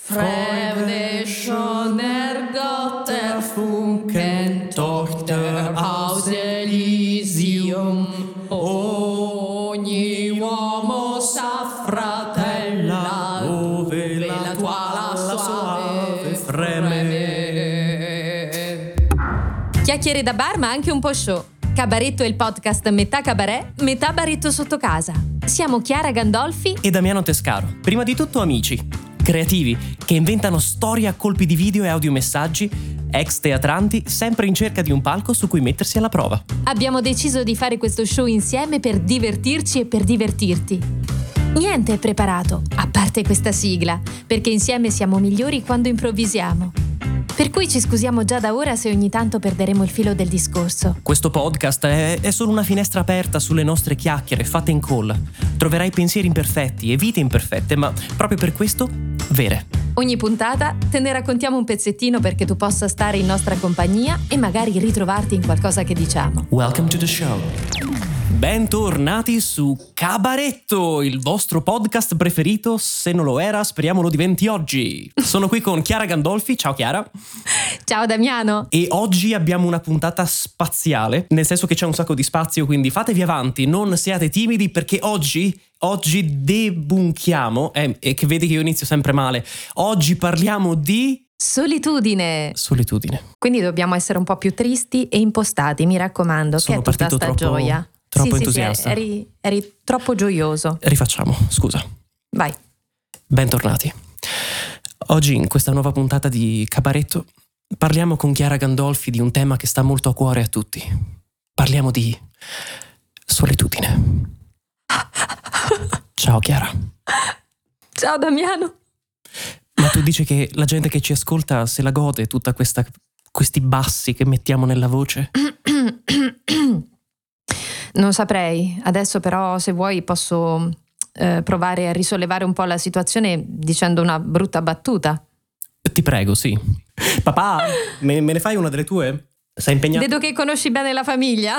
Fremde schöner Gott erfunken, Tochter aus Elysium, ogni uomo s'affratella, dove la tua soave freme. Chiacchiere da bar ma anche un po' show. Cabaretto è il podcast metà cabaret, metà baretto sotto casa. Siamo Chiara Gandolfi e Damiano Tescaro. Prima di tutto amici, creativi, che inventano storie a colpi di video e audiomessaggi, ex teatranti, sempre in cerca di un palco su cui mettersi alla prova. Abbiamo deciso di fare questo show insieme per divertirci e per divertirti. Niente è preparato, a parte questa sigla, perché insieme siamo migliori quando improvvisiamo. Per cui ci scusiamo già da ora se ogni tanto perderemo il filo del discorso. Questo podcast è solo una finestra aperta sulle nostre chiacchiere fatte in call. Troverai pensieri imperfetti e vite imperfette, ma proprio per questo, vere. Ogni puntata te ne raccontiamo un pezzettino perché tu possa stare in nostra compagnia e magari ritrovarti in qualcosa che diciamo. Welcome to the show. Bentornati su Cabaretto, il vostro podcast preferito. Se non lo era, speriamo lo diventi oggi. Sono qui con Chiara Gandolfi. Ciao Chiara. Ciao Damiano. E oggi abbiamo una puntata spaziale, nel senso che c'è un sacco di spazio, quindi fatevi avanti, non siate timidi, perché oggi debunchiamo, e che vedi che io inizio sempre male, oggi parliamo di... Solitudine. Quindi dobbiamo essere un po' più tristi e impostati, mi raccomando. Sono che è tutta sta gioia. Troppo entusiasta. Eri troppo gioioso. Rifacciamo, scusa. Vai. Bentornati. Oggi in questa nuova puntata di Cabaretto parliamo con Chiara Gandolfi di un tema che sta molto a cuore a tutti. Parliamo di solitudine. Ciao Chiara. Ciao Damiano. Ma tu dici che la gente che ci ascolta se la gode tutta questi bassi che mettiamo nella voce? Non saprei. Adesso però se vuoi posso provare a risollevare un po' la situazione dicendo una brutta battuta. Ti prego, sì. Papà, me ne fai una delle tue? Sei impegnato? Vedo che conosci bene la famiglia.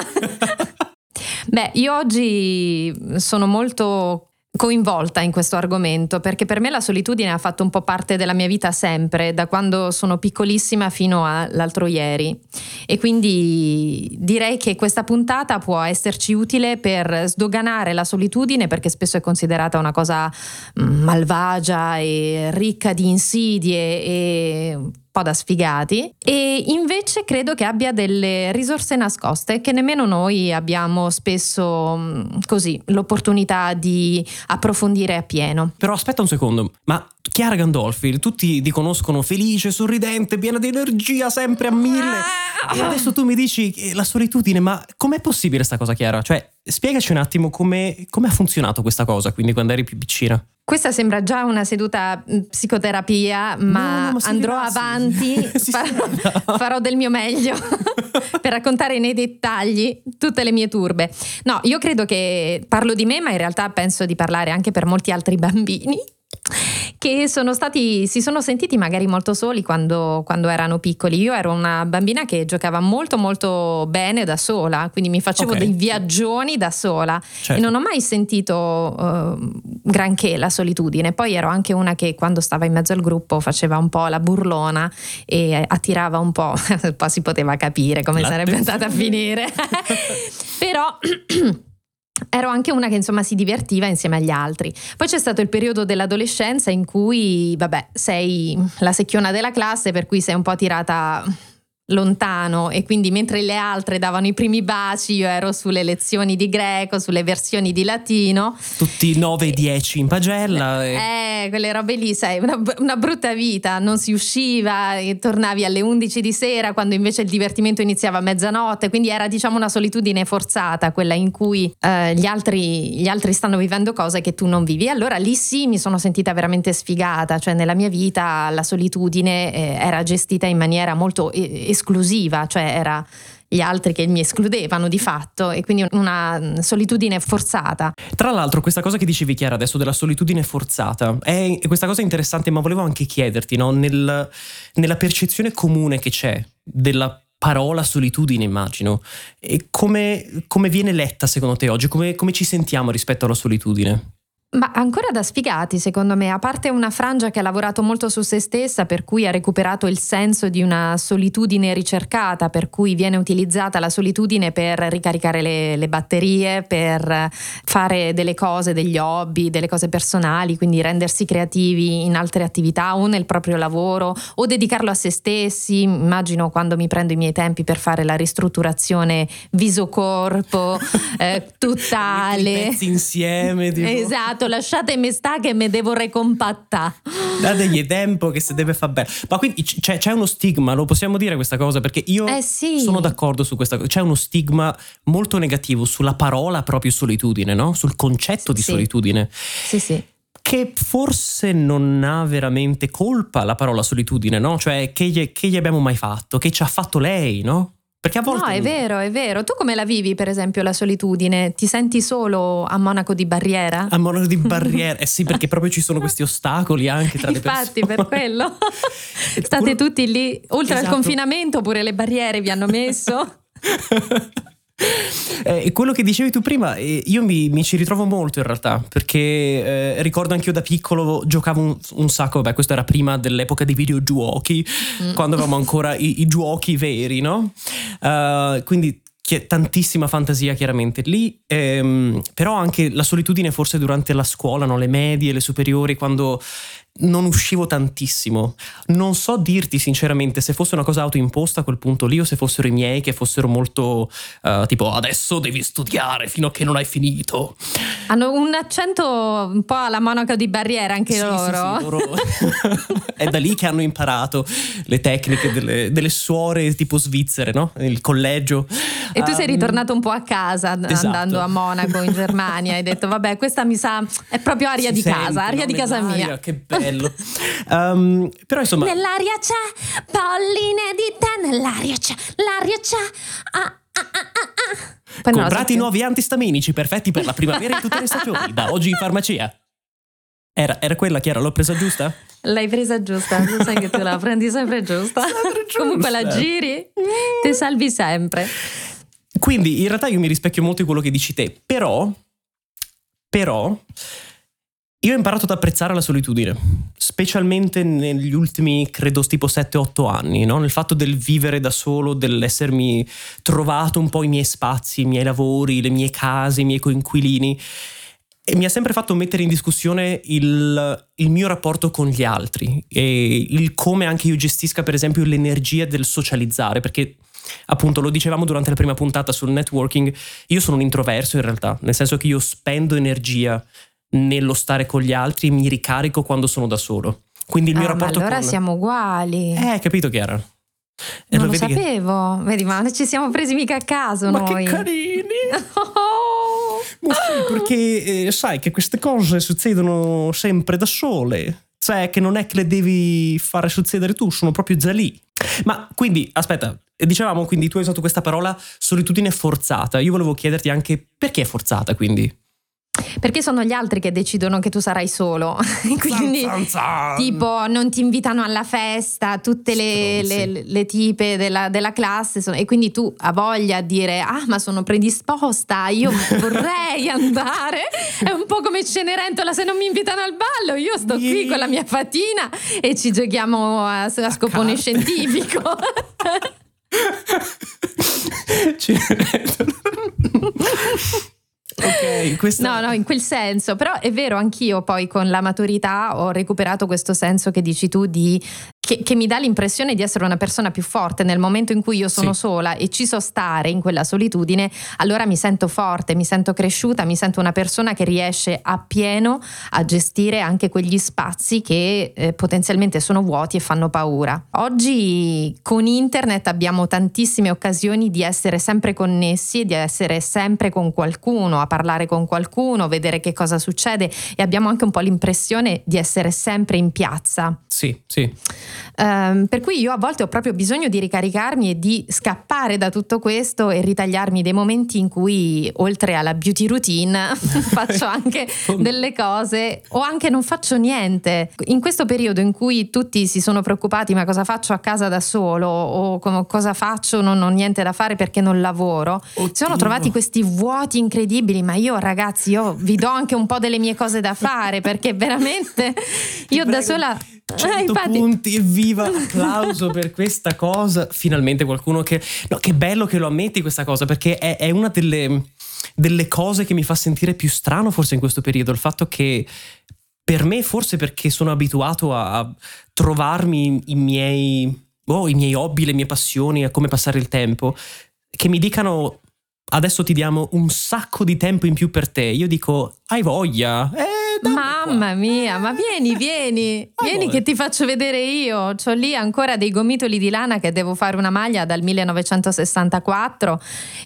Beh, io oggi sono molto coinvolta in questo argomento perché per me la solitudine ha fatto un po' parte della mia vita sempre, da quando sono piccolissima fino all'altro ieri, e quindi direi che questa puntata può esserci utile per sdoganare la solitudine, perché spesso è considerata una cosa malvagia e ricca di insidie e un po' da sfigati, e invece credo che abbia delle risorse nascoste che nemmeno noi abbiamo spesso così l'opportunità di approfondire appieno. Però aspetta un secondo, ma Chiara Gandolfi, tutti ti conoscono felice, sorridente, piena di energia, sempre a 1000, e adesso tu mi dici che la solitudine, ma com'è possibile sta cosa, Chiara? Cioè, spiegaci un attimo come ha funzionato questa cosa, quindi quando eri più piccina. Questa sembra già una seduta psicoterapia, ma andrò avanti, farò del mio meglio per raccontare nei dettagli tutte le mie turbe. No, io credo che parlo di me, ma in realtà penso di parlare anche per molti altri bambini che si sono sentiti magari molto soli quando erano piccoli. Io ero una bambina che giocava molto molto bene da sola, quindi mi facevo dei viaggioni da sola, certo. E non ho mai sentito granché la solitudine. Poi ero anche una che quando stava in mezzo al gruppo faceva un po' la burlona e attirava un po', poi si poteva capire come sarebbe andata a finire. Però ero anche una che insomma si divertiva insieme agli altri. Poi c'è stato il periodo dell'adolescenza in cui, sei la secchiona della classe, per cui sei un po' tirata lontano, e quindi mentre le altre davano i primi baci io ero sulle lezioni di greco, sulle versioni di latino, tutti 9-10 in pagella quelle robe lì, sai, una brutta vita. Non si usciva e tornavi alle 11 di sera quando invece il divertimento iniziava a mezzanotte, quindi era diciamo una solitudine forzata, quella in cui gli altri stanno vivendo cose che tu non vivi. Allora lì sì mi sono sentita veramente sfigata, cioè nella mia vita la solitudine era gestita in maniera molto esclusiva, cioè era gli altri che mi escludevano di fatto, e quindi una solitudine forzata. Tra l'altro questa cosa che dicevi, Chiara, adesso della solitudine forzata è questa cosa interessante, ma volevo anche chiederti, no, nella percezione comune che c'è della parola solitudine, immagino, e come viene letta secondo te oggi, come ci sentiamo rispetto alla solitudine? Ma ancora da sfigati, secondo me, a parte una frangia che ha lavorato molto su se stessa, per cui ha recuperato il senso di una solitudine ricercata, per cui viene utilizzata la solitudine per ricaricare le batterie, per fare delle cose, degli hobby, delle cose personali, quindi rendersi creativi in altre attività o nel proprio lavoro o dedicarlo a se stessi. Immagino quando mi prendo i miei tempi per fare la ristrutturazione viso-corpo, totale. I pezzi insieme. Tipo. Esatto. Lasciatemi sta che me devo recompattare. Dategli tempo che si deve far bene. Ma quindi c'è uno stigma, lo possiamo dire questa cosa? Perché io sono d'accordo su questa cosa. C'è uno stigma molto negativo sulla parola proprio solitudine, no? Sul concetto di solitudine. Sì. Che forse non ha veramente colpa la parola solitudine, no? Cioè che gli abbiamo mai fatto? Che ci ha fatto lei, no? Perché a volte... No, è vero. Tu come la vivi, per esempio, la solitudine? Ti senti solo a Monaco di Barriera? A Monaco di Barriera, sì, perché proprio ci sono questi ostacoli anche tra le persone. Infatti, per quello. State tutti lì, oltre al confinamento, pure le barriere vi hanno messo. Quello che dicevi tu prima, io mi ci ritrovo molto in realtà, perché ricordo anche io da piccolo giocavo un sacco, questo era prima dell'epoca dei videogiochi, quando avevamo ancora i giochi veri, no? Quindi tantissima fantasia chiaramente lì, però anche la solitudine forse durante la scuola, no? Le medie, le superiori, quando non uscivo tantissimo. Non so dirti sinceramente se fosse una cosa autoimposta a quel punto lì o se fossero i miei che fossero molto tipo adesso devi studiare fino a che non hai finito. Hanno un accento un po' alla Monaco di Barriera anche loro. Sì, loro. È da lì che hanno imparato le tecniche delle suore tipo svizzere, no? Il collegio. E tu sei ritornato un po' a casa andando a Monaco in Germania. Hai detto vabbè, questa mi sa è proprio aria di casa, aria di casa mia. Che bello. Però insomma nell'aria c'è polline di tè, nell'aria c'è, l'aria c'è. Comprati nuovi antistaminici perfetti per la primavera in tutte le stagioni, da oggi in farmacia. Era quella, Chiara? L'ho presa giusta? L'hai presa giusta, lo sai che tu la prendi sempre giusta. Comunque la giri, ti salvi sempre. Quindi in realtà io mi rispecchio molto in quello che dici te, però io ho imparato ad apprezzare la solitudine, specialmente negli ultimi, credo, tipo 7-8 anni, no? Nel fatto del vivere da solo, dell'essermi trovato un po' i miei spazi, i miei lavori, le mie case, i miei coinquilini. E mi ha sempre fatto mettere in discussione il mio rapporto con gli altri e il come anche io gestisca, per esempio, l'energia del socializzare, perché appunto lo dicevamo durante la prima puntata sul networking, io sono un introverso in realtà, nel senso che io spendo energia nello stare con gli altri e mi ricarico quando sono da solo. Quindi il mio rapporto allora siamo uguali. Capito, Chiara? Non lo sapevo. Vedi, ma non ci siamo presi mica a caso ma noi. Che carini! Ma sì, perché sai che queste cose succedono sempre da sole. Cioè che non è che le devi fare succedere tu, sono proprio già lì. Ma quindi, aspetta, dicevamo, quindi tu hai usato questa parola solitudine forzata. Io volevo chiederti anche perché è forzata, quindi? Perché sono gli altri che decidono che tu sarai solo. Quindi tipo non ti invitano alla festa tutte le tipe della classe e quindi tu hai voglia a dire ma sono predisposta, io vorrei andare. È un po' come Cenerentola, se non mi invitano al ballo io sto qui con la mia fatina e ci giochiamo a scopone scientifico. Cenerentola. Ok, No, in quel senso, però è vero, anch'io poi con la maturità ho recuperato questo senso che dici tu che mi dà l'impressione di essere una persona più forte nel momento in cui io sono sola e ci so stare in quella solitudine. Allora mi sento forte, mi sento cresciuta, mi sento una persona che riesce appieno a gestire anche quegli spazi che potenzialmente sono vuoti e fanno paura. Oggi con internet abbiamo tantissime occasioni di essere sempre connessi e di essere sempre con qualcuno, a parlare con qualcuno, vedere che cosa succede, e abbiamo anche un po' l'impressione di essere sempre in piazza. Sì. Per cui io a volte ho proprio bisogno di ricaricarmi e di scappare da tutto questo e ritagliarmi dei momenti in cui, oltre alla beauty routine, faccio anche delle cose o anche non faccio niente. In questo periodo in cui tutti si sono preoccupati ma cosa faccio a casa da solo o cosa faccio, non ho niente da fare perché non lavoro, si sono trovati questi vuoti incredibili, ma io ragazzi, io vi do anche un po' delle mie cose da fare perché veramente io da sola 100 punti, evviva, applauso per questa cosa. Finalmente qualcuno che bello che lo ammetti questa cosa, perché è una delle cose che mi fa sentire più strano forse in questo periodo, il fatto che per me, forse perché sono abituato a trovarmi i miei hobby, le mie passioni, a come passare il tempo, che mi dicano adesso ti diamo un sacco di tempo in più per te, io dico hai voglia? Mamma mia, ma vieni che ti faccio vedere io. C'ho lì ancora dei gomitoli di lana che devo fare una maglia dal 1964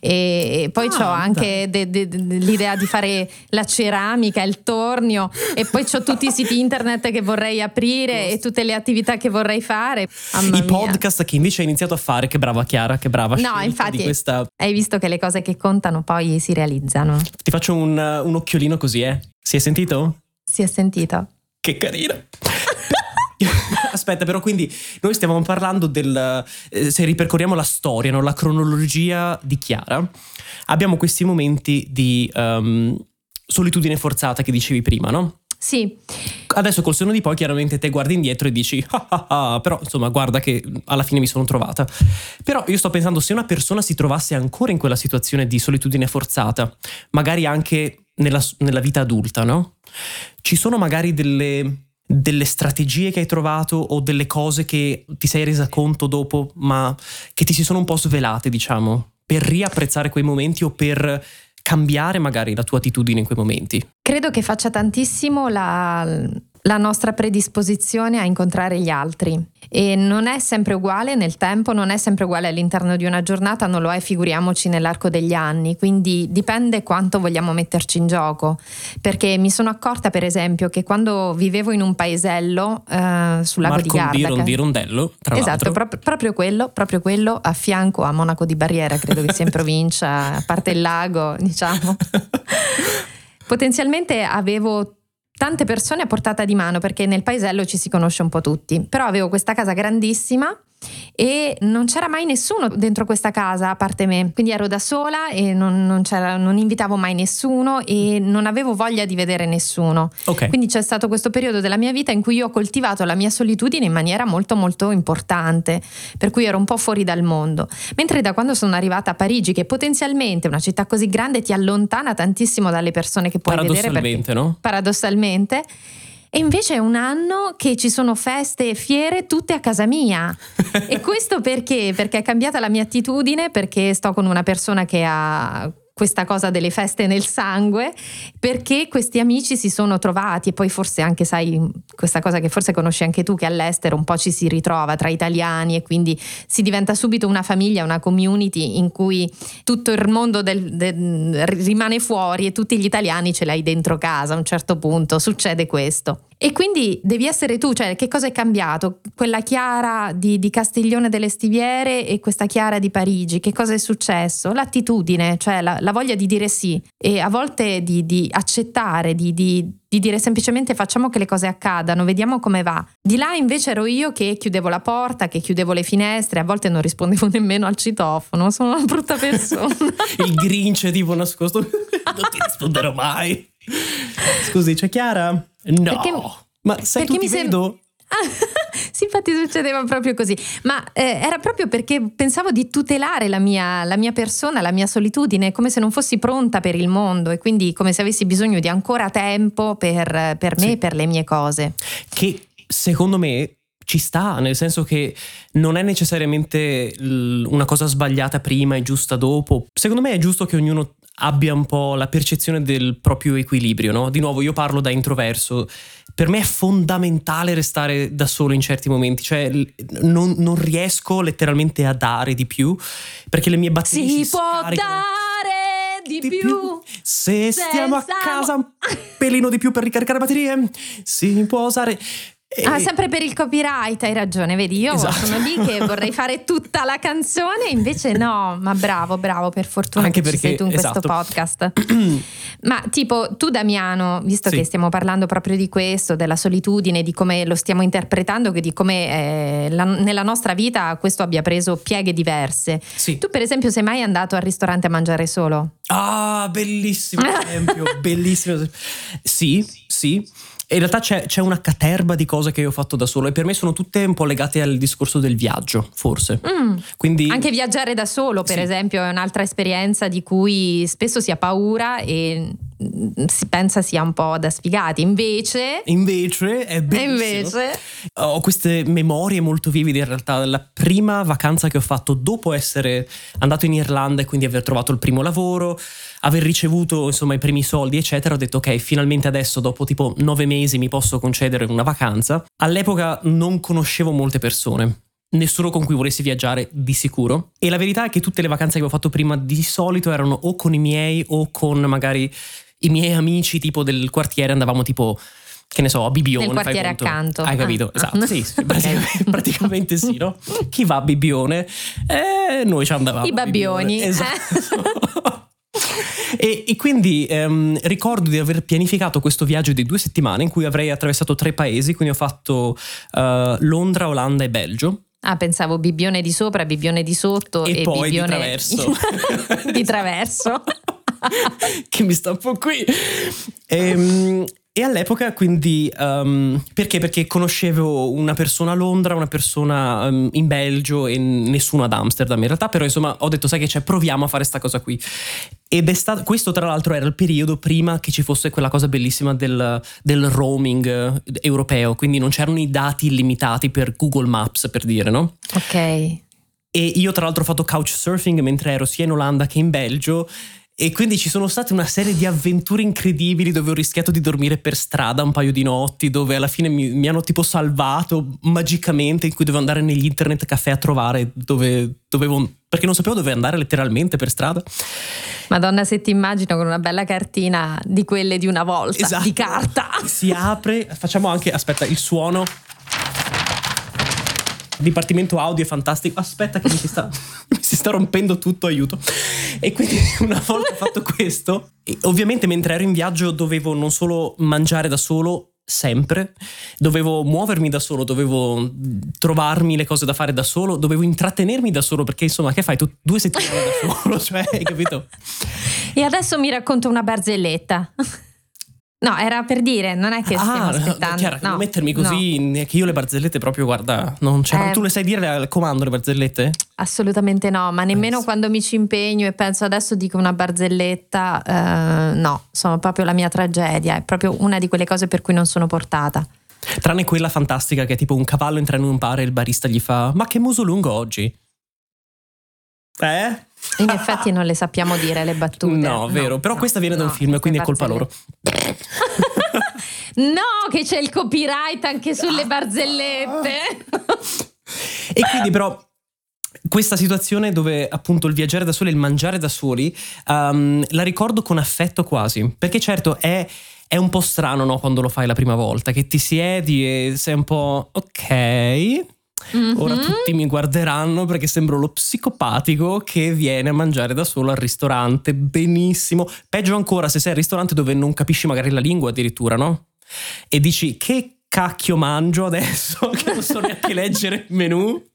e poi c'ho anche l'idea di fare la ceramica, il tornio, e poi c'ho tutti i siti internet che vorrei aprire e tutte le attività che vorrei fare. I podcast che invece hai iniziato a fare, che brava Chiara, che brava. No, infatti di questa... hai visto che le cose che contano poi si realizzano. Ti faccio un occhiolino così, Si è sentito? Si è sentito. Che carino. Aspetta, però quindi noi stiamo parlando se ripercorriamo la storia, no? La cronologia di Chiara, abbiamo questi momenti di solitudine forzata che dicevi prima, no? Sì. Adesso col senno di poi chiaramente te guardi indietro e dici però insomma guarda che alla fine mi sono trovata. Però io sto pensando, se una persona si trovasse ancora in quella situazione di solitudine forzata, magari anche nella vita adulta, no? Ci sono magari delle strategie che hai trovato o delle cose che ti sei resa conto dopo ma che ti si sono un po' svelate, diciamo, per riapprezzare quei momenti o per cambiare magari la tua attitudine in quei momenti? Credo che faccia tantissimo la nostra predisposizione a incontrare gli altri, e non è sempre uguale nel tempo, non è sempre uguale all'interno di una giornata, non lo è, figuriamoci nell'arco degli anni, quindi dipende quanto vogliamo metterci in gioco, perché mi sono accorta per esempio che quando vivevo in un paesello sul lago di Garda, di Rondello, tra esatto, l'altro. proprio quello a fianco a Monaco di Barriera, credo che sia in provincia, a parte il lago, diciamo. Potenzialmente avevo tante persone a portata di mano perché nel paesello ci si conosce un po' tutti, però avevo questa casa grandissima e non c'era mai nessuno dentro questa casa a parte me, quindi ero da sola e non invitavo mai nessuno e non avevo voglia di vedere nessuno. Okay. Quindi c'è stato questo periodo della mia vita in cui io ho coltivato la mia solitudine in maniera molto molto importante, per cui ero un po' fuori dal mondo, mentre da quando sono arrivata a Parigi, che potenzialmente una città così grande ti allontana tantissimo dalle persone che puoi vedere, perché, no? Paradossalmente. E invece è un anno che ci sono feste e fiere tutte a casa mia. E questo perché? Perché è cambiata la mia attitudine, perché sto con una persona che ha questa cosa delle feste nel sangue, perché questi amici si sono trovati, e poi forse anche sai questa cosa che forse conosci anche tu, che all'estero un po' ci si ritrova tra italiani e quindi si diventa subito una famiglia, una community in cui tutto il mondo rimane fuori e tutti gli italiani ce l'hai dentro casa. A un certo punto succede questo. E quindi devi essere tu, cioè che cosa è cambiato? Quella Chiara di Castiglione delle Stiviere e questa Chiara di Parigi, che cosa è successo? L'attitudine, cioè la voglia di dire sì e a volte di accettare, di dire semplicemente facciamo che le cose accadano, vediamo come va. Di là invece ero io che chiudevo la porta, che chiudevo le finestre, a volte non rispondevo nemmeno al citofono, sono una brutta persona. Il Grinch tipo nascosto, non ti risponderò mai. Scusi, c'è Chiara? No, ma sai che ti vedo? Sì, infatti succedeva proprio così, ma era proprio perché pensavo di tutelare la mia persona, la mia solitudine, come se non fossi pronta per il mondo e quindi come se avessi bisogno di ancora tempo per me e per le mie cose. Che secondo me ci sta, nel senso che non è necessariamente una cosa sbagliata prima e giusta dopo. Secondo me è giusto che ognuno abbia un po' la percezione del proprio equilibrio, no? Di nuovo io parlo da introverso, per me è fondamentale restare da solo in certi momenti, cioè non riesco letteralmente a dare di più perché le mie batterie si può scaricano. Dare di più se stiamo a casa un pelino di più per ricaricare batterie si può usare. Sempre per il copyright, hai ragione, vedi, io sono lì che vorrei fare tutta la canzone, invece no, ma bravo, per fortuna anche che perché, ci sei tu in questo podcast. Ma tipo, tu Damiano, visto che stiamo parlando proprio di questo, della solitudine, di come lo stiamo interpretando, di come nella nostra vita questo abbia preso pieghe diverse. Sì. Tu per esempio sei mai andato al ristorante a mangiare solo? Ah, bellissimo esempio, bellissimo. Sì. In realtà c'è una caterba di cose che io ho fatto da solo e per me sono tutte un po' legate al discorso del viaggio, forse. Quindi, anche viaggiare da solo, per esempio, è un'altra esperienza di cui spesso si ha paura e si pensa sia un po' da sfigati. Invece è bellissimo. Ho queste memorie molto vivide in realtà. La prima vacanza che ho fatto dopo essere andato in Irlanda e quindi aver trovato il primo lavoro, aver ricevuto insomma i primi soldi eccetera, ho detto ok, finalmente adesso dopo tipo 9 mesi mi posso concedere una vacanza. All'epoca non conoscevo molte persone, nessuno con cui volessi viaggiare di sicuro, e la verità è che tutte le vacanze che avevo fatto prima di solito erano o con i miei o con magari i miei amici tipo del quartiere. Andavamo tipo, che ne so, a Bibbione. Nel quartiere accanto. Hai capito? Esatto, sì, praticamente sì, no? Chi va a Bibbione? Noi ci andavamo. I babbioni. Esatto. E quindi ricordo di aver pianificato questo viaggio di 2 settimane in cui avrei attraversato 3 paesi, quindi ho fatto Londra, Olanda e Belgio. Ah, pensavo Bibbione di sopra, Bibbione di sotto e poi Bibbione di traverso. di traverso. Che mi sta un po' qui. E all'epoca quindi perché conoscevo una persona a Londra, una persona in Belgio e nessuno ad Amsterdam in realtà, però insomma ho detto sai che c'è, proviamo a fare sta cosa qui. Ed è stato, questo tra l'altro era il periodo prima che ci fosse quella cosa bellissima del roaming europeo, quindi non c'erano i dati illimitati per Google Maps, per dire, no? Ok. E io tra l'altro ho fatto couchsurfing mentre ero sia in Olanda che in Belgio. E quindi ci sono state una serie di avventure incredibili dove ho rischiato di dormire per strada un paio di notti, dove alla fine mi hanno tipo salvato magicamente, in cui dovevo andare negli internet caffè a trovare dove dovevo, perché non sapevo dove andare letteralmente per strada. Madonna, se ti immagino con una bella cartina di quelle di una volta, esatto, di carta. Si apre, facciamo anche, aspetta, il suono. Dipartimento audio è fantastico. Aspetta che mi si sta rompendo tutto, aiuto. E quindi una volta fatto questo, ovviamente mentre ero in viaggio dovevo non solo mangiare da solo sempre, dovevo muovermi da solo, dovevo trovarmi le cose da fare da solo, dovevo intrattenermi da solo, perché insomma che fai tu 2 settimane da solo, cioè, hai capito? E adesso mi racconto una barzelletta. No, era per dire, non è che stiamo aspettando. Chiara, non mettermi così, che io le barzellette proprio, guarda, non c'è. Tu le sai dire al comando le barzellette? Assolutamente no, ma nemmeno quando mi ci impegno e penso adesso dico una barzelletta, no, sono proprio la mia tragedia, è proprio una di quelle cose per cui non sono portata. Tranne quella fantastica che è tipo un cavallo entra in un bar e il barista gli fa: ma che muso lungo oggi? In effetti non le sappiamo dire le battute. No, vero, però questa viene da un film, quindi è colpa loro. No, che c'è il copyright anche sulle barzellette. E quindi però questa situazione dove appunto il viaggiare da soli e il mangiare da soli la ricordo con affetto quasi, perché certo è un po' strano, no, quando lo fai la prima volta, che ti siedi e sei un po' ok. Ora tutti mi guarderanno perché sembro lo psicopatico che viene a mangiare da solo al ristorante. Benissimo. Peggio ancora se sei al ristorante dove non capisci magari la lingua addirittura, no? E dici che cacchio mangio adesso che non so neanche leggere il menù.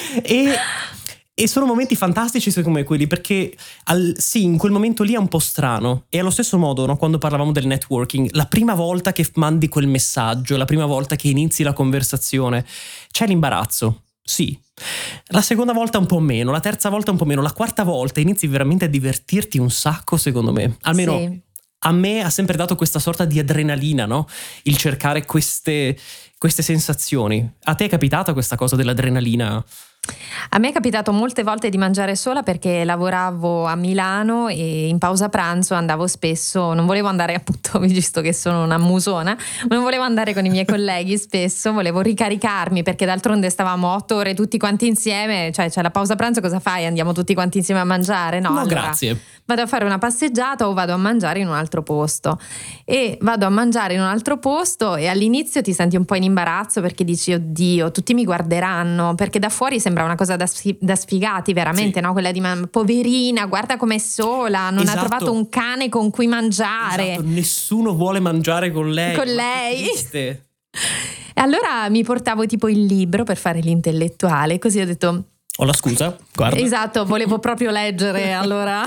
E sono momenti fantastici come quelli, perché sì, in quel momento lì è un po' strano. E allo stesso modo, no, quando parlavamo del networking, la prima volta che mandi quel messaggio, la prima volta che inizi la conversazione, c'è l'imbarazzo, sì. La seconda volta un po' meno, la terza volta un po' meno, la quarta volta inizi veramente a divertirti un sacco, secondo me. Almeno sì. A me ha sempre dato questa sorta di adrenalina, no? Il cercare queste sensazioni. A te è capitata questa cosa dell'adrenalina? A me è capitato molte volte di mangiare sola perché lavoravo a Milano e in pausa pranzo andavo spesso, non volevo andare appunto, visto che sono una musona, non volevo andare con i miei colleghi spesso, volevo ricaricarmi perché d'altronde stavamo 8 ore tutti quanti insieme, cioè c'è la pausa pranzo, cosa fai? Andiamo tutti quanti insieme a mangiare? No, allora, grazie. Vado a fare una passeggiata o vado a mangiare in un altro posto. E vado a mangiare in un altro posto e all'inizio ti senti un po' in imbarazzo perché dici oddio, tutti mi guarderanno, perché da fuori sembra una cosa da sfigati veramente, sì. No? Quella di poverina, guarda com'è sola, non ha trovato un cane con cui mangiare. Esatto, nessuno vuole mangiare con lei. Con lei. E allora mi portavo tipo il libro per fare l'intellettuale, così ho detto... Ho la scusa, guarda. Esatto, volevo proprio leggere, allora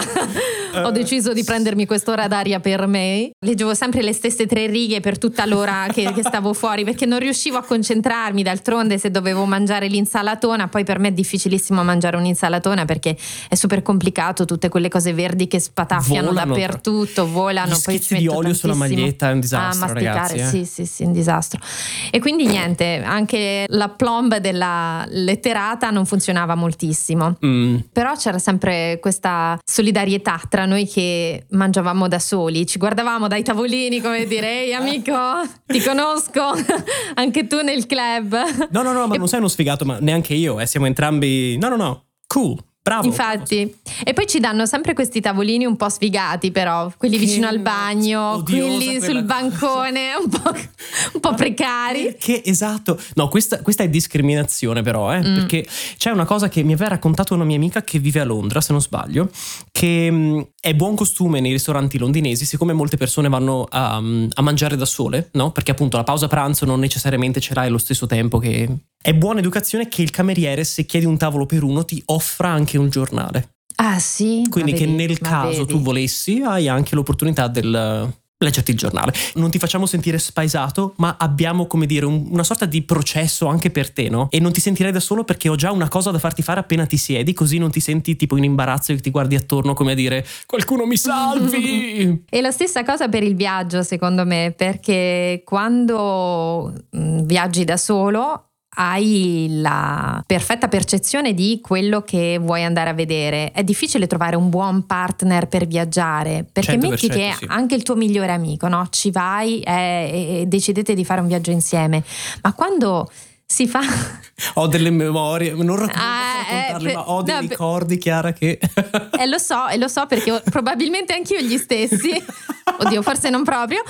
ho deciso di prendermi quest'ora d'aria per me. Leggevo sempre le stesse 3 righe per tutta l'ora che stavo fuori, perché non riuscivo a concentrarmi, d'altronde se dovevo mangiare l'insalatona, poi per me è difficilissimo mangiare un'insalatona perché è super complicato, tutte quelle cose verdi che spataffiano dappertutto, volano. Gli schizzi di olio sulla maglietta è un disastro, masticare, ragazzi. Sì, un disastro. E quindi niente, anche la plomb della letterata non funzionava moltissimo. Però c'era sempre questa solidarietà tra noi che mangiavamo da soli, ci guardavamo dai tavolini come dire ehi amico, ti conosco, anche tu nel club. No, ma non sei uno sfigato, ma neanche io, siamo entrambi no, cool. Bravo. Infatti. E poi ci danno sempre questi tavolini un po' sfigati, però quelli vicino al bagno, quelli sul bancone, un po' precari. Che esatto. No, questa è discriminazione però, perché c'è una cosa che mi aveva raccontato una mia amica che vive a Londra, se non sbaglio, che è buon costume nei ristoranti londinesi, siccome molte persone vanno a mangiare da sole, no? Perché appunto la pausa pranzo non necessariamente ce l'hai allo stesso tempo che... È buona educazione che il cameriere, se chiedi un tavolo per uno, ti offra anche un giornale. Ah sì? Quindi che nel caso tu volessi, hai anche l'opportunità del... leggerti il giornale. Non ti facciamo sentire spaesato, ma abbiamo, come dire, una sorta di processo anche per te, no? E non ti sentirai da solo perché ho già una cosa da farti fare appena ti siedi, così non ti senti tipo in imbarazzo e ti guardi attorno come a dire qualcuno mi salvi! E la stessa cosa per il viaggio, secondo me, perché quando viaggi da solo hai la perfetta percezione di quello che vuoi andare a vedere. È difficile trovare un buon partner per viaggiare, perché metti che sì. Anche il tuo migliore amico, no? Ci vai e decidete di fare un viaggio insieme, ma quando si fa... Ho delle memorie, non raccontarle, ma ho dei ricordi, Chiara, che... lo so perché probabilmente anch'io gli stessi. Oddio, forse non proprio,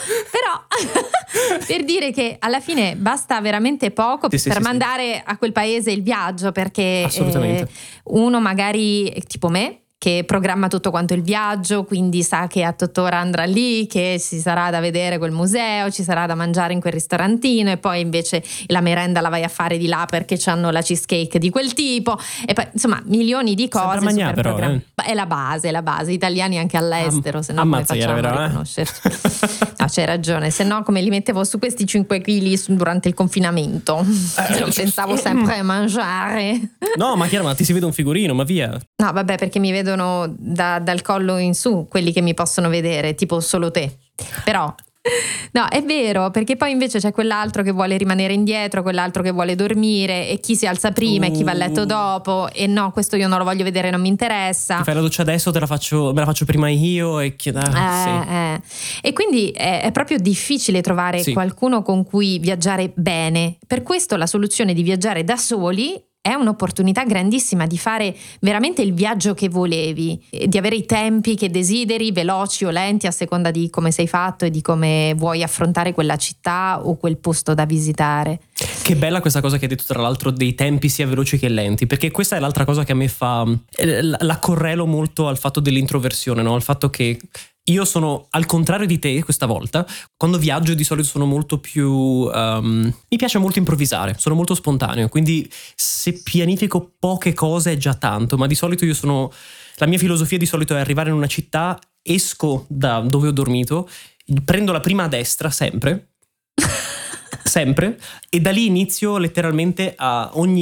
però per dire che alla fine basta veramente poco per mandare a quel paese il viaggio, perché uno magari tipo me, che programma tutto quanto il viaggio, quindi sa che a Tottora andrà lì, che ci sarà da vedere quel museo, ci sarà da mangiare in quel ristorantino, e poi invece la merenda la vai a fare di là perché c'hanno la cheesecake di quel tipo, e poi insomma milioni di cose. Mangiare, però, è la base, italiani anche all'estero, se no come facciamo a riconoscerci? No, c'hai ragione, se no come li mettevo su questi 5 kg durante il confinamento? Pensavo sempre a mangiare. No, ma Chiara, ma ti si vede un figurino, ma via. No, vabbè, perché mi vedono dal collo in su, quelli che mi possono vedere, tipo solo te. Però no, è vero, perché poi invece c'è quell'altro che vuole rimanere indietro, quell'altro che vuole dormire, e chi si alza prima e chi va a letto dopo, e no, questo io non lo voglio vedere, non mi interessa. Ti fai la doccia adesso, me la faccio prima io, e sì. E quindi è proprio difficile trovare qualcuno con cui viaggiare bene. Per questo la soluzione di viaggiare da soli è un'opportunità grandissima di fare veramente il viaggio che volevi, di avere i tempi che desideri, veloci o lenti a seconda di come sei fatto e di come vuoi affrontare quella città o quel posto da visitare. Che bella questa cosa che hai detto, tra l'altro, dei tempi sia veloci che lenti, perché questa è l'altra cosa che a me fa, la correlo molto al fatto dell'introversione, no? Al fatto che io sono al contrario di te questa volta. Quando viaggio di solito sono molto più mi piace molto improvvisare, sono molto spontaneo, quindi se pianifico poche cose è già tanto, ma di solito la mia filosofia di solito è arrivare in una città, esco da dove ho dormito, prendo la prima a destra sempre e da lì inizio letteralmente a ogni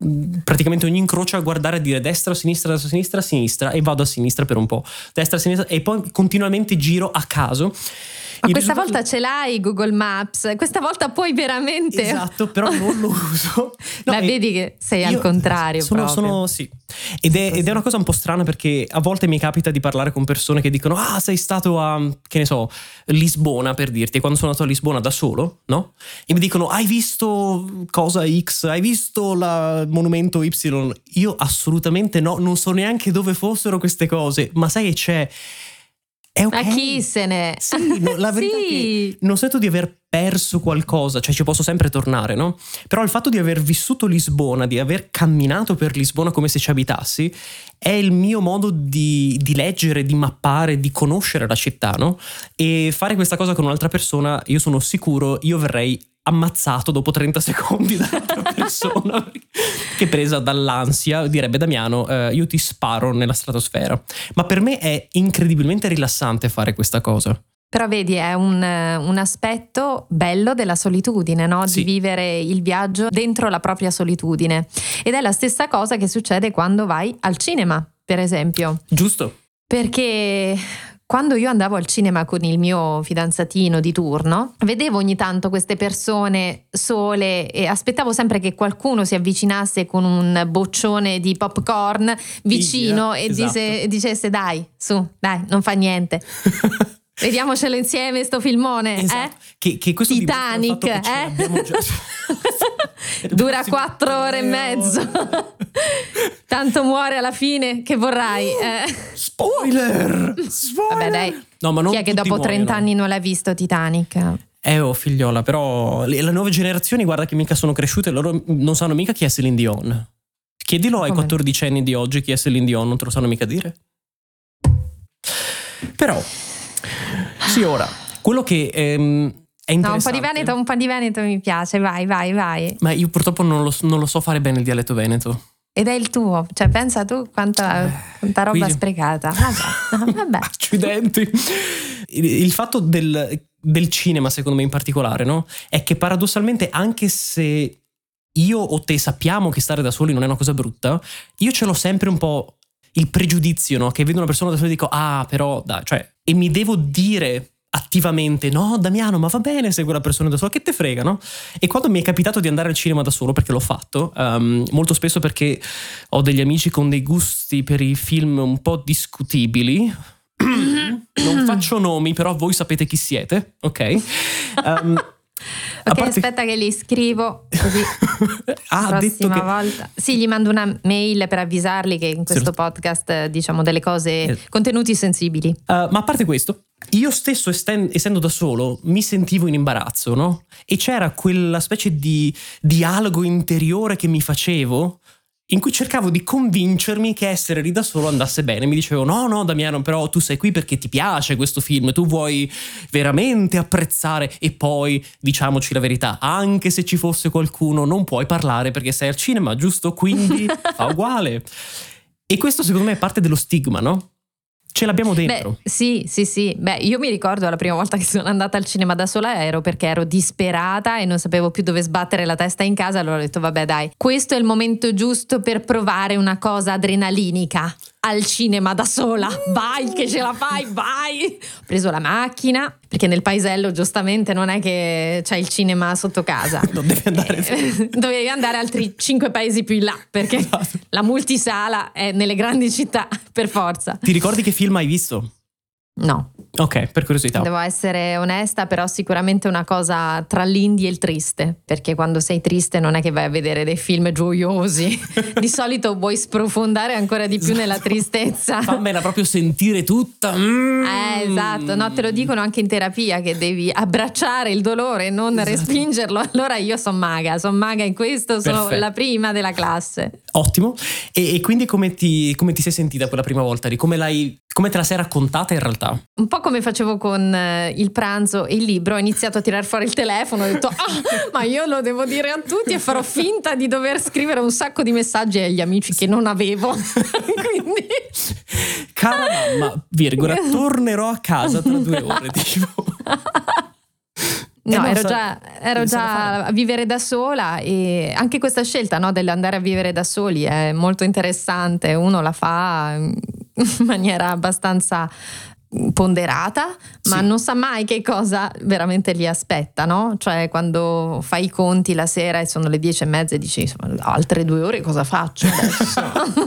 praticamente ogni incrocio a guardare, a dire destra, sinistra, sinistra, e vado a sinistra per un po', destra, sinistra, e poi continuamente giro a caso. Ma questa volta ce l'hai Google Maps, questa volta puoi veramente... Esatto, però non lo uso. No, vedi che sei al contrario. Sì. Ed è una cosa un po' strana, perché a volte mi capita di parlare con persone che dicono sei stato a, che ne so, Lisbona, per dirti, quando sono andato a Lisbona da solo, no? E mi dicono hai visto cosa X, hai visto il monumento Y? Io assolutamente no, non so neanche dove fossero queste cose, ma sai che c'è... È okay. Ma chi se ne... Sì, la verità è che non sento di aver perso qualcosa, cioè ci posso sempre tornare, no? Però il fatto di aver vissuto Lisbona, di aver camminato per Lisbona come se ci abitassi, è il mio modo di leggere, di mappare, di conoscere la città, no? E fare questa cosa con un'altra persona, io sono sicuro, io verrei ammazzato dopo 30 secondi dall'altra persona, che presa dall'ansia direbbe Damiano, io ti sparo nella stratosfera. Ma per me è incredibilmente rilassante fare questa cosa. Però vedi, è un aspetto bello della solitudine, no? Sì. Di vivere il viaggio dentro la propria solitudine. Ed è la stessa cosa che succede quando vai al cinema, per esempio. Giusto. Perché quando io andavo al cinema con il mio fidanzatino di turno, vedevo ogni tanto queste persone sole e aspettavo sempre che qualcuno si avvicinasse con un boccione di popcorn vicino e esatto. dicesse dai, su, dai, non fa niente. Vediamocelo insieme sto filmone, esatto. Che questo Titanic, che ce l'abbiamo già. Dura 4 ore e mezzo. Tanto muore alla fine che vorrai. Spoiler! Vabbè dai, no, ma non chi è che dopo 30 anni non l'ha visto Titanic? Figliola, però le nuove generazioni, guarda che mica sono cresciute, loro non sanno mica chi è Celine Dion. Chiedilo ai 14enni di oggi chi è Celine Dion, non te lo sanno mica dire. Però sì, ora, quello che è interessante... No, un po' di Veneto mi piace, vai. Ma io purtroppo non lo so fare bene il dialetto veneto. Ed è il tuo, cioè pensa tu quanta roba sprecata. Vabbè. Accidenti. Il fatto del cinema, secondo me in particolare, no? È che paradossalmente, anche se io o te sappiamo che stare da soli non è una cosa brutta, io ce l'ho sempre un po' il pregiudizio, no? Che vedo una persona da sola e dico però dai, cioè, e mi devo dire attivamente no Damiano, ma va bene se quella persona è da sola, che te frega, no? E quando mi è capitato di andare al cinema da solo, perché l'ho fatto molto spesso, perché ho degli amici con dei gusti per i film un po' discutibili, non faccio nomi, però voi sapete chi siete, ok? Ok, aspetta che li scrivo così prossima volta. Sì, gli mando una mail per avvisarli che in questo podcast diciamo delle cose, contenuti sensibili. Ma a parte questo, io stesso essendo da solo mi sentivo in imbarazzo, no? E c'era quella specie di dialogo interiore che mi facevo, in cui cercavo di convincermi che essere lì da solo andasse bene. Mi dicevo no Damiano, però tu sei qui perché ti piace questo film, tu vuoi veramente apprezzare, e poi diciamoci la verità, anche se ci fosse qualcuno non puoi parlare perché sei al cinema, giusto? Quindi fa uguale. E questo secondo me è parte dello stigma, no? Ce l'abbiamo dentro. Beh, sì. Beh, io mi ricordo la prima volta che sono andata al cinema da sola ero perché ero disperata e non sapevo più dove sbattere la testa in casa. Allora ho detto vabbè dai, questo è il momento giusto per provare una cosa adrenalinica. Al cinema da sola, vai che ce la fai, vai! Ho preso la macchina, perché nel paesello giustamente non è che c'è il cinema sotto casa. Non devi andare. Dovevi andare altri 5 paesi più in là, perché la multisala è nelle grandi città, per forza. Ti ricordi che film hai visto? No. Ok, per curiosità. Devo essere onesta, però sicuramente una cosa tra l'indie e il triste, perché quando sei triste non è che vai a vedere dei film gioiosi. Di solito vuoi sprofondare ancora di più nella tristezza. Fammela proprio sentire tutta. Esatto, no, te lo dicono anche in terapia che devi abbracciare il dolore e non respingerlo. Allora io sono maga in questo, sono la prima della classe. Ottimo. E quindi come ti sei sentita quella prima volta? Come te la sei raccontata in realtà? Un po' come facevo con il pranzo e il libro, ho iniziato a tirar fuori il telefono, ho detto ma io lo devo dire a tutti e farò finta di dover scrivere un sacco di messaggi agli amici che non avevo. Quindi cara mamma, virgola, tornerò a casa tra 2 ore, tipo. No, ero già a vivere da sola, e anche questa scelta, no, dell'andare a vivere da soli è molto interessante. Uno la fa in maniera abbastanza ponderata, ma sì, non sa mai che cosa veramente li aspetta, no? Cioè, quando fai i conti la sera e sono le 10:30 e dici altre 2 ore cosa faccio adesso?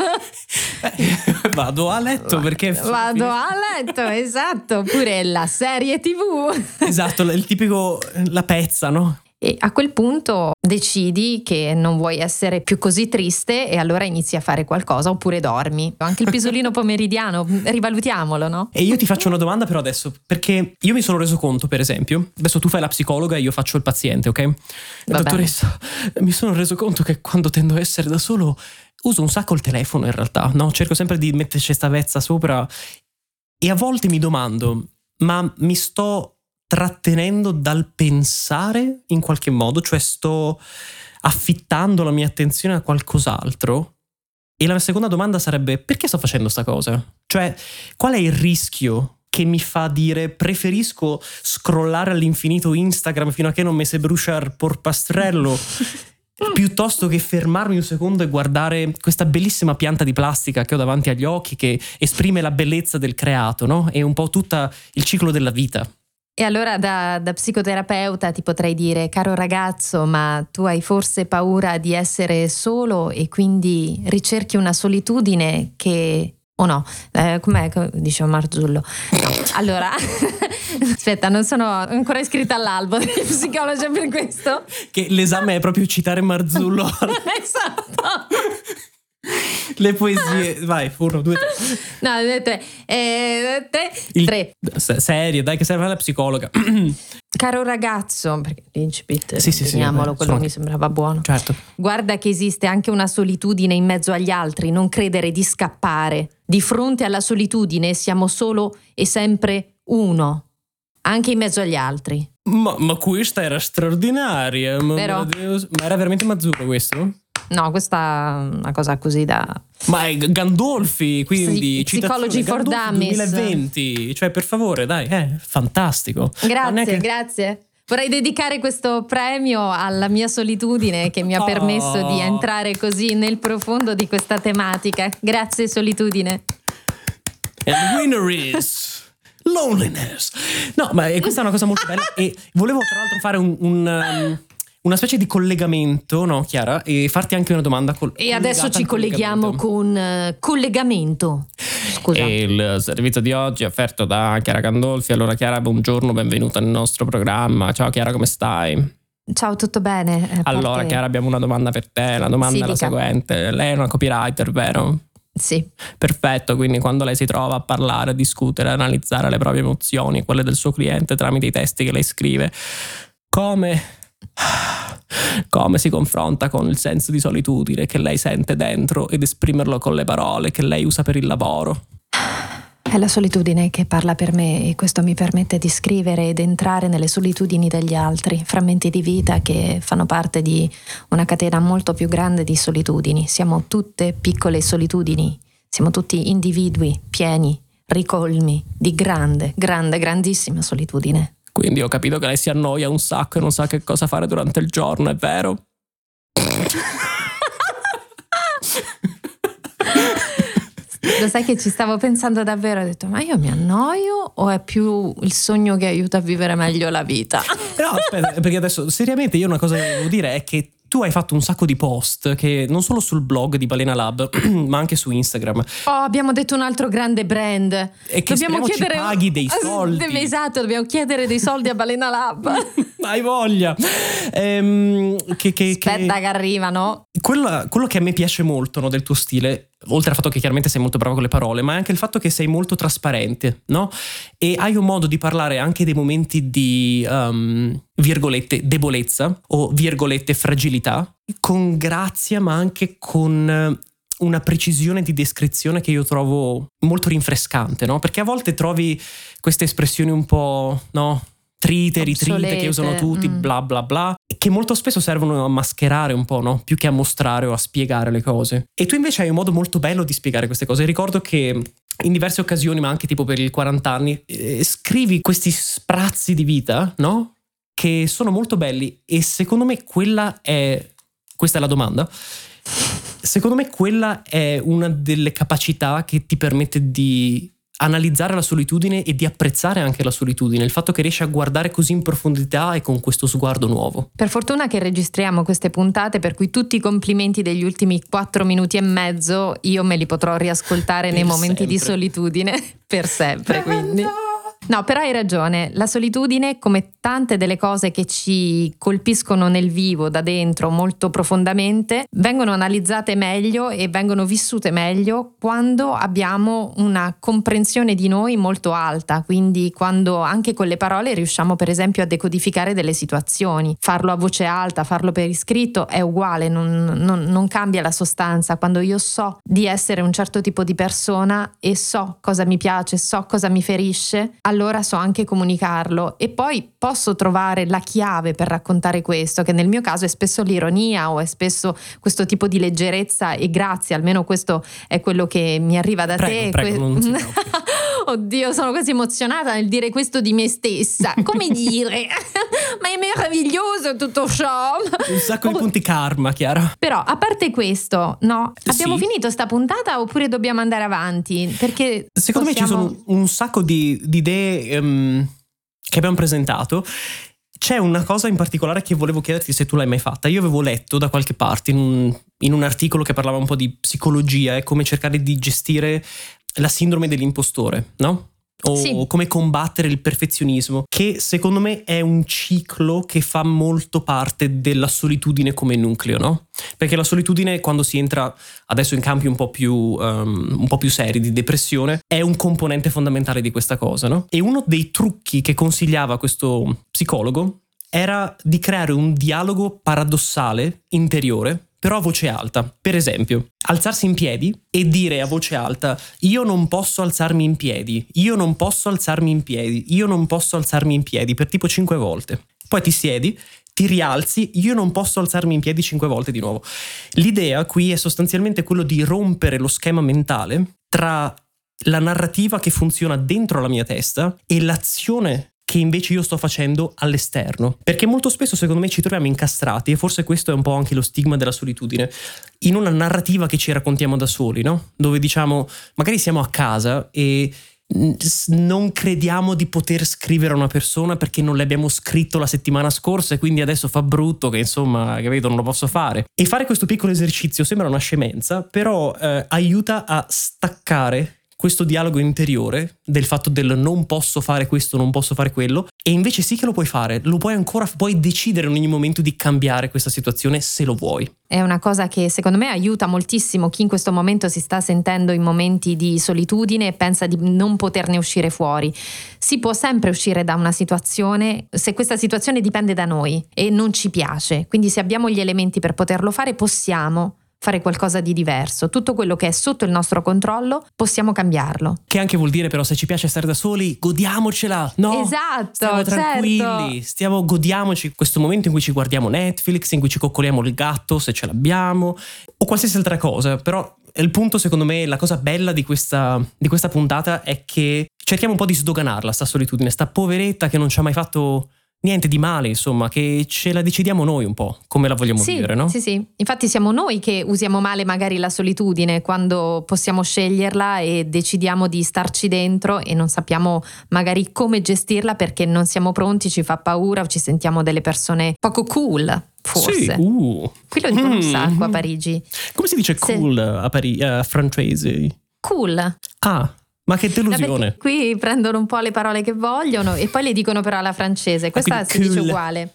Vado a letto perché vado a letto, esatto, oppure la serie TV. Esatto, il tipico la pezza, no? E a quel punto decidi che non vuoi essere più così triste e allora inizi a fare qualcosa, oppure dormi. Anche il pisolino pomeridiano, rivalutiamolo, no? E io ti faccio una domanda però adesso, perché io mi sono reso conto, per esempio, adesso tu fai la psicologa e io faccio il paziente, ok? Dottoressa, mi sono reso conto che quando tendo a essere da solo uso un sacco il telefono in realtà, no? Cerco sempre di metterci sta vezza sopra e a volte mi domando, ma mi sto trattenendo dal pensare in qualche modo, cioè sto affittando la mia attenzione a qualcos'altro? E la seconda domanda sarebbe, perché sto facendo sta cosa? Cioè, qual è il rischio che mi fa dire preferisco scrollare all'infinito Instagram fino a che non mi si brucia il porpastrello piuttosto che fermarmi un secondo e guardare questa bellissima pianta di plastica che ho davanti agli occhi, che esprime la bellezza del creato, no? E un po' tutto il ciclo della vita. E allora da psicoterapeuta ti potrei dire, caro ragazzo, ma tu hai forse paura di essere solo e quindi ricerchi una solitudine che... o no? Com'è? Dice Marzullo. No. Allora, aspetta, non sono ancora iscritta all'albo degli psicologi per questo. Che l'esame è proprio citare Marzullo. Esatto. Le poesie, vai, 1, 2, 3. No, 3. Serie, dai, che serve alla psicologa. Caro ragazzo, perché l'incipit, sì, teniamolo, quello mi sembrava buono. Certo. Guarda che esiste anche una solitudine in mezzo agli altri, non credere di scappare. Di fronte alla solitudine siamo solo e sempre uno, anche in mezzo agli altri. Ma questa era straordinaria. Vero? Ma era veramente Mazzurro questo? No, questa è una cosa così da... Ma è Gandolfi, quindi Psychology for Dummies 2020, cioè per favore, dai, fantastico. Grazie. Vorrei dedicare questo premio alla mia solitudine che mi ha permesso di entrare così nel profondo di questa tematica. Grazie solitudine. And the winner is loneliness. No, ma questa è una cosa molto bella e volevo tra l'altro fare una specie di collegamento, no Chiara? E farti anche una domanda. E adesso ci colleghiamo con collegamento. Scusa. E il servizio di oggi è offerto da Chiara Gandolfi. Allora Chiara, buongiorno, benvenuta nel nostro programma. Ciao Chiara, come stai? Ciao, tutto bene? Allora Chiara, abbiamo una domanda per te. La domanda è la seguente. Lei è una copywriter, vero? Sì. Perfetto, quindi quando lei si trova a parlare, a discutere, a analizzare le proprie emozioni, quelle del suo cliente tramite i testi che lei scrive, come si confronta con il senso di solitudine che lei sente dentro ed esprimerlo con le parole che lei usa per il lavoro? È la solitudine che parla per me e questo mi permette di scrivere ed entrare nelle solitudini degli altri, frammenti di vita che fanno parte di una catena molto più grande di solitudini. Siamo tutte piccole solitudini, siamo tutti individui pieni, ricolmi di grandissima solitudine. Quindi ho capito che lei si annoia un sacco e non sa che cosa fare durante il giorno, è vero? Lo sai che ci stavo pensando davvero, ho detto ma io mi annoio o è più il sogno che aiuta a vivere meglio la vita? No, aspetta, perché adesso seriamente io una cosa che devo dire è che tu hai fatto un sacco di post che non solo sul blog di Balena Lab ma anche su Instagram. Abbiamo detto un altro grande brand e che dobbiamo chiedere, ci paghi dei soldi. Esatto, dobbiamo chiedere dei soldi a Balena Lab. Hai voglia. Aspetta che arrivano. Quello che a me piace molto, no, del tuo stile, oltre al fatto che chiaramente sei molto brava con le parole, ma è anche il fatto che sei molto trasparente, no? E hai un modo di parlare anche dei momenti di virgolette debolezza o virgolette fragilità con grazia, ma anche con una precisione di descrizione che io trovo molto rinfrescante, no? Perché a volte trovi queste espressioni un po', no, trite, ritrite che usano tutti, bla bla bla, che molto spesso servono a mascherare un po', no? Più che a mostrare o a spiegare le cose. E tu invece hai un modo molto bello di spiegare queste cose. Ricordo che in diverse occasioni, ma anche tipo per i 40 anni, scrivi questi sprazzi di vita, no? che sono molto belli e secondo me questa è la domanda. Secondo me quella è una delle capacità che ti permette di analizzare la solitudine e di apprezzare anche la solitudine, il fatto che riesci a guardare così in profondità e con questo sguardo nuovo. Per fortuna che registriamo queste puntate, per cui tutti i complimenti degli ultimi 4 minuti e mezzo io me li potrò riascoltare nei momenti di solitudine per sempre, quindi... No, però hai ragione, la solitudine, come tante delle cose che ci colpiscono nel vivo, da dentro, molto profondamente, vengono analizzate meglio e vengono vissute meglio quando abbiamo una comprensione di noi molto alta, quindi quando anche con le parole riusciamo per esempio a decodificare delle situazioni. Farlo a voce alta, farlo per iscritto è uguale, non cambia la sostanza. Quando io so di essere un certo tipo di persona e so cosa mi piace, so cosa mi ferisce, allora so anche comunicarlo e poi posso trovare la chiave per raccontare questo, che nel mio caso è spesso l'ironia o è spesso questo tipo di leggerezza, e grazie, almeno questo è quello che mi arriva da te. Prego, non si preoccupi. Oddio, sono quasi emozionata nel dire questo di me stessa. Come dire? Ma è meraviglioso tutto ciò. Un sacco di punti karma, Chiara. Però, a parte questo, no? Abbiamo finito sta puntata oppure dobbiamo andare avanti? Perché secondo me ci sono un sacco di idee che abbiamo presentato. C'è una cosa in particolare che volevo chiederti se tu l'hai mai fatta. Io avevo letto da qualche parte in un articolo che parlava un po' di psicologia e come cercare di gestire la sindrome dell'impostore, no? O come combattere il perfezionismo, che secondo me è un ciclo che fa molto parte della solitudine come nucleo, no? Perché la solitudine, quando si entra adesso in campi un po' più seri di depressione, è un componente fondamentale di questa cosa, no? E uno dei trucchi che consigliava questo psicologo era di creare un dialogo paradossale interiore, però a voce alta. Per esempio, alzarsi in piedi e dire a voce alta: io non posso alzarmi in piedi, io non posso alzarmi in piedi, io non posso alzarmi in piedi, per tipo 5 volte. Poi ti siedi, ti rialzi, io non posso alzarmi in piedi 5 volte di nuovo. L'idea qui è sostanzialmente quello di rompere lo schema mentale tra la narrativa che funziona dentro la mia testa e l'azione che invece io sto facendo all'esterno. Perché molto spesso secondo me ci troviamo incastrati, e forse questo è un po' anche lo stigma della solitudine, in una narrativa che ci raccontiamo da soli, no? Dove diciamo, magari siamo a casa e non crediamo di poter scrivere a una persona perché non le abbiamo scritto la settimana scorsa e quindi adesso fa brutto che insomma, capito, non lo posso fare. E fare questo piccolo esercizio sembra una scemenza, però aiuta a staccare questo dialogo interiore del fatto del non posso fare questo, non posso fare quello, e invece sì che lo puoi fare, puoi decidere in ogni momento di cambiare questa situazione se lo vuoi. È una cosa che secondo me aiuta moltissimo chi in questo momento si sta sentendo in momenti di solitudine e pensa di non poterne uscire fuori. Si può sempre uscire da una situazione se questa situazione dipende da noi e non ci piace, quindi se abbiamo gli elementi per poterlo fare possiamo fare qualcosa di diverso. Tutto quello che è sotto il nostro controllo possiamo cambiarlo. Che anche vuol dire però, se ci piace stare da soli, godiamocela, no? Esatto, stiamo tranquilli, godiamoci questo momento in cui ci guardiamo Netflix, in cui ci coccoliamo il gatto se ce l'abbiamo, o qualsiasi altra cosa. Però il punto, secondo me, la cosa bella di questa puntata è che cerchiamo un po' di sdoganarla, sta solitudine, sta poveretta che non ci ha mai fatto niente di male, insomma, che ce la decidiamo noi un po' come la vogliamo vivere, no? Sì. Infatti siamo noi che usiamo male magari la solitudine quando possiamo sceglierla e decidiamo di starci dentro e non sappiamo magari come gestirla perché non siamo pronti, ci fa paura o ci sentiamo delle persone poco cool, forse. Sì, Qui lo dicono un sacco a Parigi. Come si dice cool a francese? Cool. Ah, ma che delusione. Qui prendono un po' le parole che vogliono e poi le dicono però alla francese. Questa si dice uguale.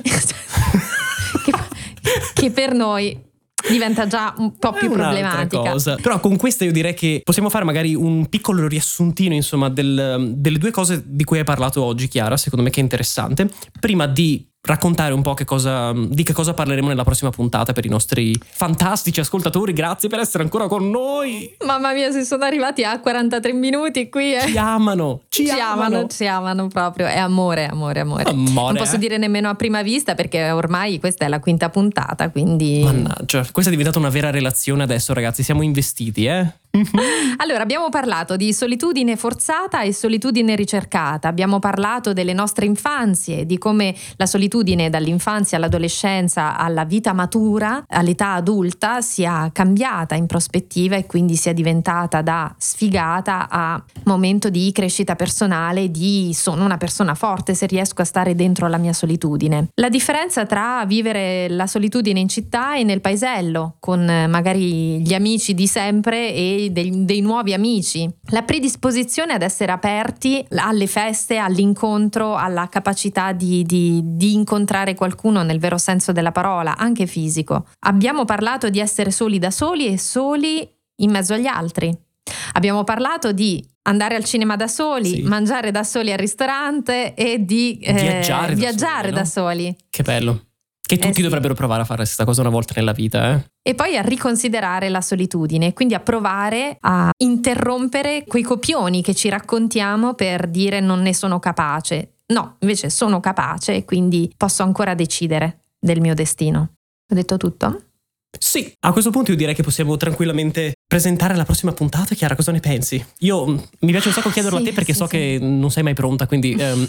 che per noi diventa già un po' più problematica. Cosa. Però con questa io direi che possiamo fare magari un piccolo riassuntino, insomma, delle due cose di cui hai parlato oggi, Chiara, secondo me, che è interessante. Prima di raccontare un po' di che cosa parleremo nella prossima puntata per i nostri fantastici ascoltatori. Grazie per essere ancora con noi. Mamma mia, si sono arrivati a 43 minuti qui. Ci amano proprio. È amore. Non posso dire nemmeno a prima vista perché ormai questa è la 5ª puntata, quindi... Mannaggia, questa è diventata una vera relazione adesso, ragazzi. Siamo investiti, Allora, abbiamo parlato di solitudine forzata e solitudine ricercata, abbiamo parlato delle nostre infanzie, di come la solitudine dall'infanzia all'adolescenza alla vita matura, all'età adulta, sia cambiata in prospettiva e quindi sia diventata da sfigata a momento di crescita personale, di sono una persona forte se riesco a stare dentro la mia solitudine. La differenza tra vivere la solitudine in città e nel paesello, con magari gli amici di sempre e dei nuovi amici, la predisposizione ad essere aperti alle feste, all'incontro, alla capacità di incontrare qualcuno nel vero senso della parola, anche fisico. Abbiamo parlato di essere soli da soli e soli in mezzo agli altri. Abbiamo parlato di andare al cinema da soli, sì, mangiare da soli al ristorante e di viaggiare da soli, no? Che bello. Che tutti dovrebbero provare a fare questa cosa una volta nella vita, eh? E poi a riconsiderare la solitudine, quindi a provare a interrompere quei copioni che ci raccontiamo per dire non ne sono capace. No, invece sono capace e quindi posso ancora decidere del mio destino. Ho detto tutto? Sì, a questo punto io direi che possiamo tranquillamente presentare la prossima puntata. Chiara, cosa ne pensi? Mi piace un sacco chiederlo a te perché so che non sei mai pronta, quindi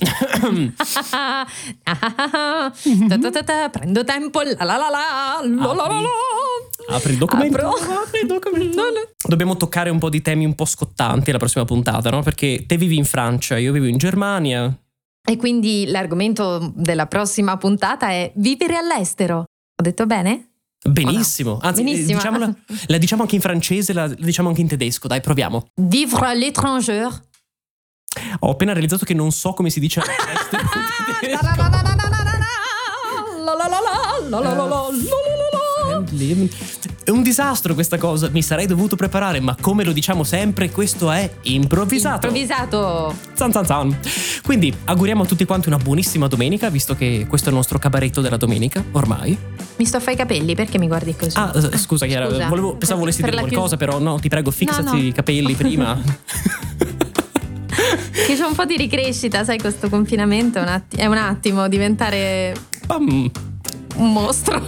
prendo tempo, apri il documento. Dobbiamo toccare un po' di temi un po' scottanti alla prossima puntata, no? Perché te vivi in Francia, io vivo in Germania. E quindi l'argomento della prossima puntata è vivere all'estero. Ho detto bene? Benissimo, no? Anzi Benissimo. La diciamo anche in francese, la diciamo anche in tedesco, dai, proviamo. Vivre à l'étranger. Ho appena realizzato che non so come si dice È un disastro questa cosa, mi sarei dovuto preparare, ma come lo diciamo sempre, questo è improvvisato. Zan zan zan. Quindi auguriamo a tutti quanti una buonissima domenica, visto che questo è il nostro cabaretto della domenica, ormai. Mi sto a fare i capelli, perché mi guardi così? Scusa Chiara, pensavo volessi dire qualcosa, però no, ti prego, fissati i capelli prima. Che c'è un po' di ricrescita, sai, questo confinamento è un attimo diventare un mostro.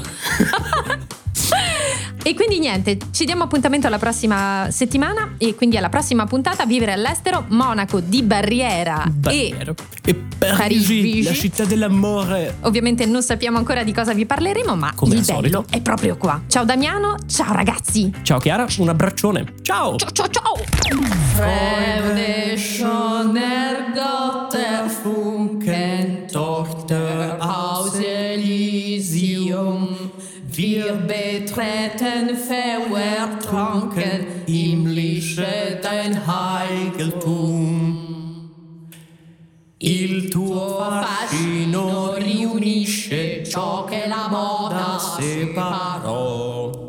E quindi niente, ci diamo appuntamento alla prossima settimana e quindi alla prossima puntata Vivere all'estero, Monaco di Barriera e Parigi, la città dell'amore. Ovviamente non sappiamo ancora di cosa vi parleremo, ma come il bello è proprio qua. Ciao Damiano, ciao ragazzi. Ciao Chiara, un abbraccione. Ciao. Ciao. Fremde Schöner Götter funken Tochter aus Elysium. Wir betreten vertrunken himmlische dein Heiligtum. Il tuo fascino riunisce ciò che la moda separò.